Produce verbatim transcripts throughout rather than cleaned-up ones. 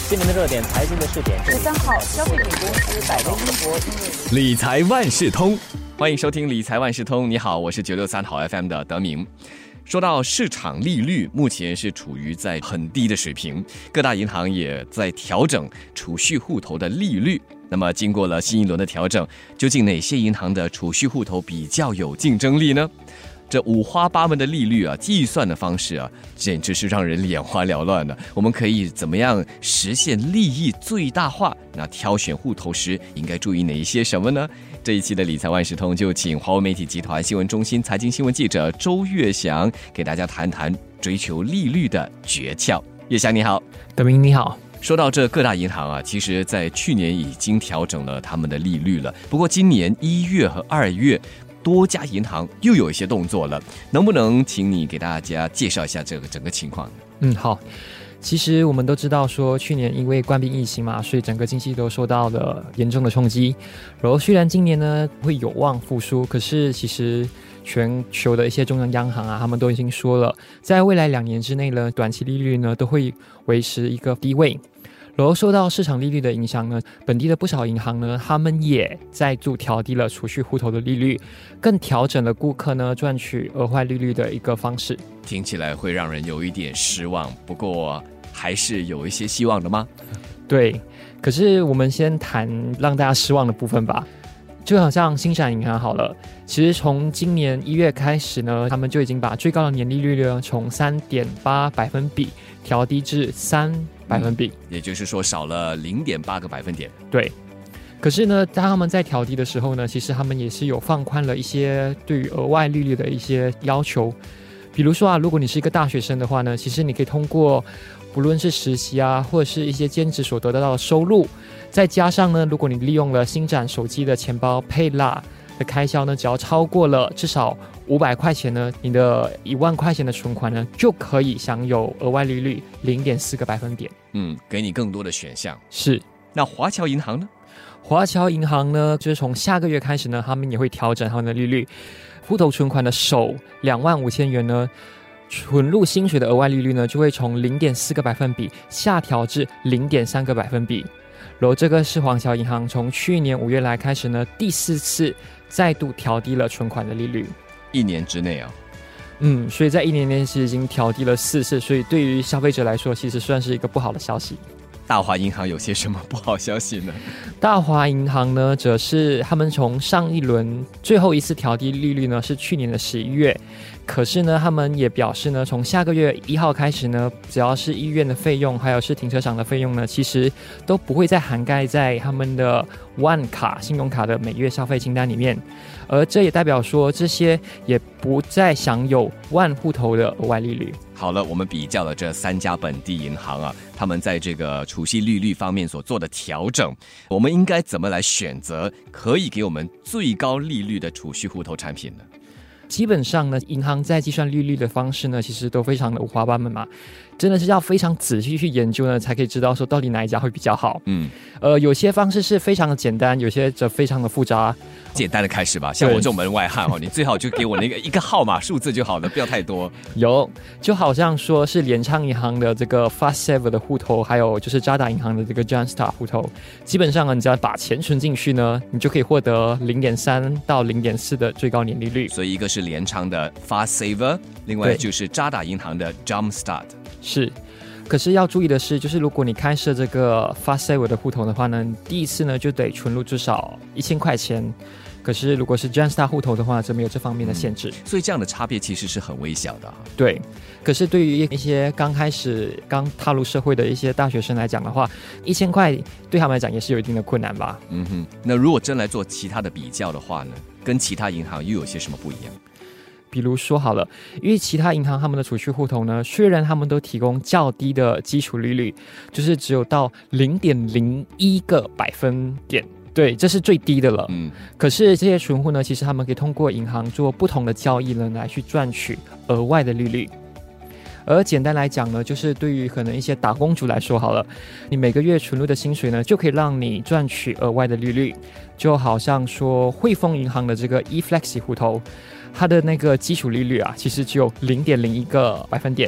今年的热点财经的试点， 十三号，消费品公司百威英博因为理财万事通，欢迎收听理财万事通。你好，我是九六三好 F M 的德明。说到市场利率，目前是处于在很低的水平，各大银行也在调整储蓄户头的利率。那么经过了新一轮的调整，究竟哪些银行的储蓄户头比较有竞争力呢？这五花八门的利率啊，计算的方式啊，简直是让人眼花缭乱的。我们可以怎么样实现利益最大化？那挑选户头时应该注意哪一些什么呢？这一期的理财万事通就请华为媒体集团新闻中心财经新闻记者周月翔给大家谈谈追求利率的诀窍。月翔你好。 德明你好。 说到这各大银行啊，其实在去年已经调整了他们的利率了，不过今年一月和二月多家银行又有一些动作了，能不能请你给大家介绍一下这个整个情况？ 嗯，好。其实我们都知道说，去年因为冠病疫情嘛，所以整个经济都受到了严重的冲击。然后虽然今年呢会有望复苏，可是其实全球的一些中央央行啊，他们都已经说了，在未来两年之内呢，短期利率呢都会维持一个低位。然后受到市场利率的影响呢，本地的不少银行呢，他们也再度调低了储蓄户头的利率，更调整了顾客呢赚取额外利率的一个方式。 听起来会让人有一点失望，不过还是有一些希望的吗？ 对，可是我们先谈让大家失望的部分吧。就好像新展银行好了，其实从今年一月开始呢，他们就已经把最高的年利率呢从 三点八百分比调低至三百分比、 嗯、也就是说少了 零点八个百分点。 对，可是呢当他们在调低的时候呢，其实他们也是有放宽了一些对于额外利率的一些要求。比如说啊，如果你是一个大学生的话呢，其实你可以通过不论是实习啊，或者是一些兼职所得到的收入，再加上呢，如果你利用了新展手机的钱包 Payla 的开销呢，只要超过了至少五百块钱呢，你的一万块钱的存款呢，就可以享有额外利率 零点四个百分点。 嗯，给你更多的选项。 是。 那华侨银行呢？ 华侨银行呢，就是从下个月开始呢，他们也会调整他们的利率。户头存款的首两万五千元呢，存入薪水的额外利率呢，就会从 零点四个百分比下调至 零点三个百分比。然后这个是华侨银行从去年五月来开始呢，第四次再度调低了存款的利率。 一年之内啊。 嗯，所以在一年内是已经调低了四次，所以对于消费者来说，其实算是一个不好的消息。 大华银行有些什么不好消息呢？ 大华银行呢，则是他们从上一轮最后一次调低利率呢，是去年的十一月。可是呢，他们也表示呢，从下个月一号开始呢，只要是医院的费用，还有是停车场的费用呢，其实都不会再涵盖在他们的万卡信用卡的每月消费清单里面。而这也代表说，这些也不再享有万户头的额外利率。 好了，我们比较了这三家本地银行啊，他们在这个储蓄利率方面所做的调整，我们应该怎么来选择可以给我们最高利率的储蓄户头产品呢？ 基本上呢，银行在计算利率的方式呢，其实都非常的五花八门嘛，真的是要非常仔细去研究呢，才可以知道说到底哪一家会比较好。嗯，呃，有些方式是非常的简单，有些则非常的复杂。 简单的开始吧，像我这种门外汉哦，你最好就给我那个一个号码数字就好了，不要太多。 有，就好像说是联昌银行的这个 Fast Saver 的户头，还有就是渣打银行的这个 Jumpstart 户头，基本上呢，你只要把钱存进去呢，你就可以获得 零点三 到 零点四 的最高年利率。 所以一个是联昌的 Fast Saver， 另外就是渣打银行的 Jumpstart。是。 可是要注意的是，就是如果你开设这个 Fast Saver 的户头的话呢，第一次呢就得存入至少一千块钱。可是如果是 Jumpstart 户头的话，则没有这方面的限制、嗯、 所以这样的差别其实是很微小的、啊、 对。可是对于一些刚开始刚踏入社会的一些大学生来讲的话，一千块对他们来讲也是有一定的困难吧。 嗯哼，那如果真来做其他的比较的话呢，跟其他银行又有些什么不一样？ 比如说好了，因为其他银行他们的储蓄户头呢，虽然他们都提供较低的基础利率，就是只有到 零点零一个百分点，对，这是最低的了。嗯，可是这些存户呢，其实他们可以通过银行做不同的交易呢，来去赚取额外的利率。而简单来讲呢，就是对于可能一些打工族来说好了，你每个月存入的薪水呢，就可以让你赚取额外的利率。就好像说汇丰银行的这个 eFlexi 户头，它的那个基础利率啊，其实只有 零点零一个百分点。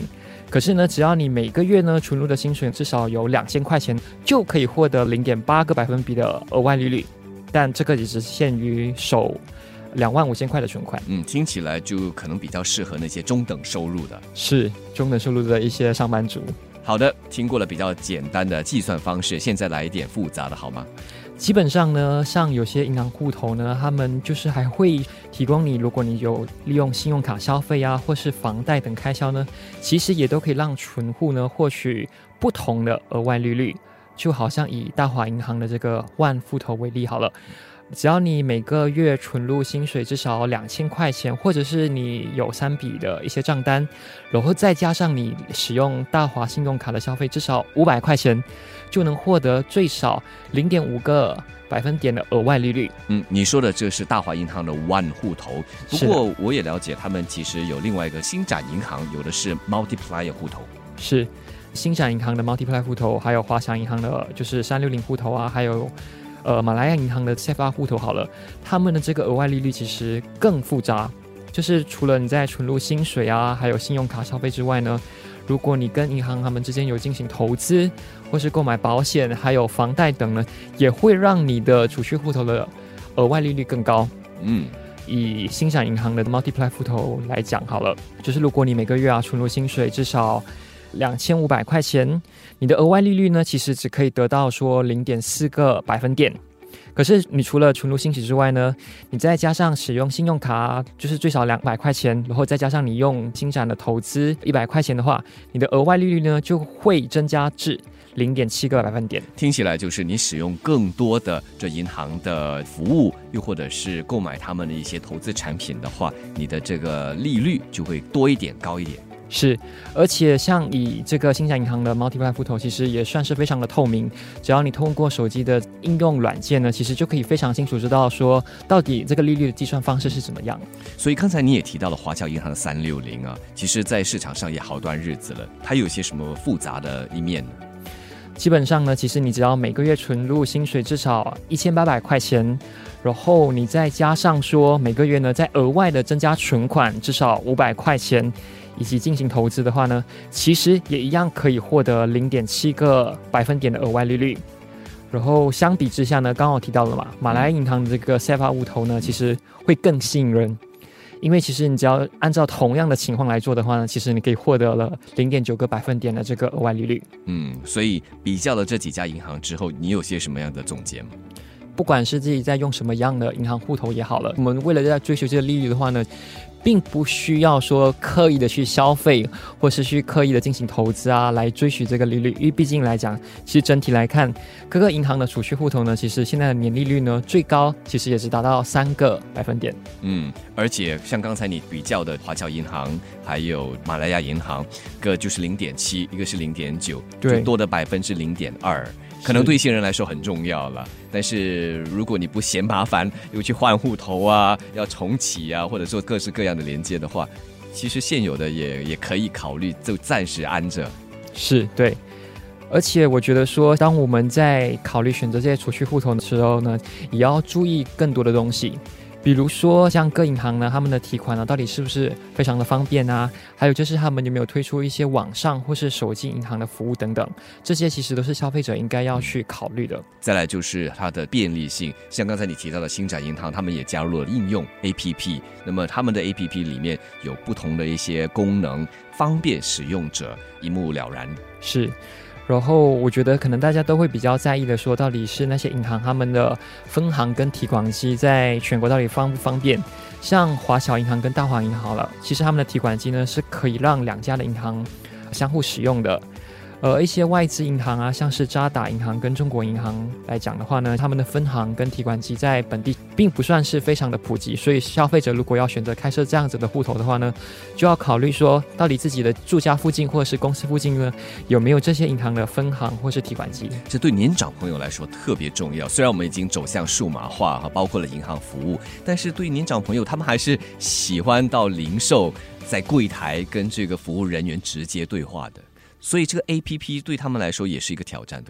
可是呢，只要你每个月呢存入的薪水至少有两千块钱，就可以获得零点八个百分比的额外利率。但这个也只限于首两万五千块的存款。 嗯，听起来就可能比较适合那些中等收入的， 是中等收入的一些上班族。 好的，听过了比较简单的计算方式，现在来一点复杂的好吗？ 基本上呢，像有些银行户头呢，他们就是还会提供你，如果你有利用信用卡消费啊，或是房贷等开销呢，其实也都可以让存户呢获取不同的额外利率。就好像以大华银行的这个万户头为例好了，只要你每个月存入薪水至少两千块钱，或者是你有三笔的一些账单，然后再加上你使用大华信用卡的消费至少五百块钱，就能获得最少零点五个百分点的额外利率。 嗯，你说的这是大华银行的万户头，不过我也了解他们其实有另外一个星展银行，有的是 multiplier 户头。 是星展银行的 multiplier 户头，还有华侨银行的就是三六零户头啊，还有呃马来亚银行的 C F R 户头好了，他们的这个额外利率其实更复杂，就是除了你在存入薪水啊，还有信用卡消费之外呢，如果你跟银行他们之间有进行投资，或是购买保险，还有房贷等呢，也会让你的储蓄户头的额外利率更高。 嗯。 以星展银行的 multiplier 户头来讲好了，就是如果你每个月啊存入薪水至少两千五百块钱，你的额外利率呢，其实只可以得到说零点四个百分点。可是你除了存入薪水之外呢，你再加上使用信用卡，就是最少两百块钱，然后再加上你用星展的投资一百块钱的话，你的额外利率呢就会增加至零点七个百分点。 听起来就是你使用更多的这银行的服务，又或者是购买他们的一些投资产品的话，你的这个利率就会多一点，高一点。 是，而且像以这个星展银行的 multiplier 户头，其实也算是非常的透明。只要你通过手机的应用软件呢，其实就可以非常清楚知道说，到底这个利率的计算方式是怎么样。 所以刚才你也提到了华侨银行的三六零啊，其实在市场上也好段日子了，它有些什么复杂的一面呢？ 基本上呢，其实你只要每个月存入薪水至少一千八百块钱，然后你再加上说每个月呢再额外的增加存款至少五百块钱，以及进行投资的话呢，其实也一样可以获得零点七个百分点的额外利率。然后相比之下呢，刚好提到了嘛，马来银行的这个 C F R 户头呢，其实会更吸引人。因为其实你只要按照同样的情况来做的话呢，其实你可以获得了零点九个百分点的这个额外利率。 嗯，所以比较了这几家银行之后，你有些什么样的总结吗？ 不管是自己在用什么样的银行户头也好了，我们为了在追求这个利率的话呢，并不需要说刻意的去消费，或是去刻意的进行投资啊，来追寻这个利率。因为毕竟来讲，其实整体来看，各个银行的储蓄户头呢，其实现在的年利率呢，最高其实也是达到三个百分点。 嗯，而且像刚才你比较的华侨银行，还有马来亚银行，一个就是零点七，一个是零点九，就多的百分之零点二。可能对一些人来说很重要了，但是如果你不嫌麻烦，又去换户头啊，要重启啊，或者做各式各样的连接的话，其实现有的也也可以考虑，就暂时安着。 是，对。而且我觉得说，当我们在考虑选择这些储蓄户头的时候呢，也要注意更多的东西。比如说像各银行呢，他们的提款呢到底是不是非常的方便啊，还有就是他们有没有推出一些网上或是手机银行的服务等等，这些其实都是消费者应该要去考虑的。 再来就是它的便利性，像刚才你提到的星展银行，他们也加入了应用 A P P， 那么他们的 A P P 里面有不同的一些功能，方便使用者一目了然。 是，然后我觉得可能大家都会比较在意的说，到底是那些银行他们的分行跟提款机在全国到底方不方便。像华侨银行跟大华银行好了，其实他们的提款机呢是可以让两家的银行相互使用的。呃，一些外资银行啊，像是渣打银行跟中国银行来讲的话呢，他们的分行跟提款机在本地并不算是非常的普及，所以消费者如果要选择开设这样子的户头的话呢，就要考虑说，到底自己的住家附近或者是公司附近呢，有没有这些银行的分行或是提款机。 这对年长朋友来说特别重要。虽然我们已经走向数码化，包括了银行服务，但是对于年长朋友，他们还是喜欢到零售，在柜台跟这个服务人员直接对话的。所以这个 A P P 对他们来说也是一个挑战，对吗？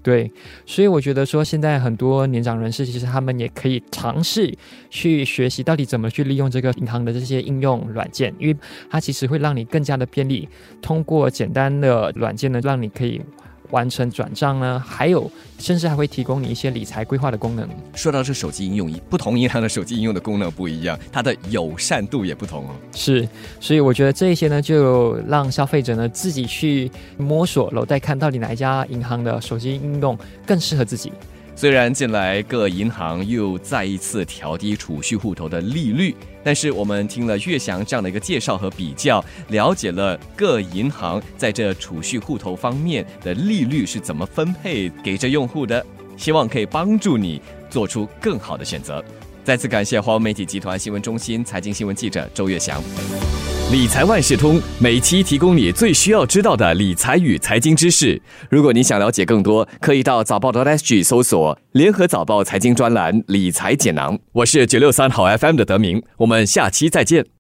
对，所以我觉得说，现在很多年长人士其实他们也可以尝试去学习到底怎么去利用这个银行的这些应用软件，因为它其实会让你更加的便利，通过简单的软件呢，让你可以完成转账呢，还有甚至还会提供你一些理财规划的功能。 说到这手机应用，不同银行的手机应用的功能不一样，它的友善度也不同哦。 是，所以我觉得这一些呢，就让消费者呢自己去摸索搂带看到底哪一家银行的手机应用更适合自己。 虽然近来各银行又再一次调低储蓄户头的利率，但是我们听了岳翔这样的一个介绍和比较，了解了各银行在这储蓄户头方面的利率是怎么分配给这用户的，希望可以帮助你做出更好的选择。再次感谢华文媒体集团新闻中心财经新闻记者周岳翔。理财万事通每期提供你最需要知道的理财与财经知识。如果你想了解更多，可以到早报 .S G 搜索联合早报财经专栏理财解囊。我是九六三好 F M 的德明，我们下期再见。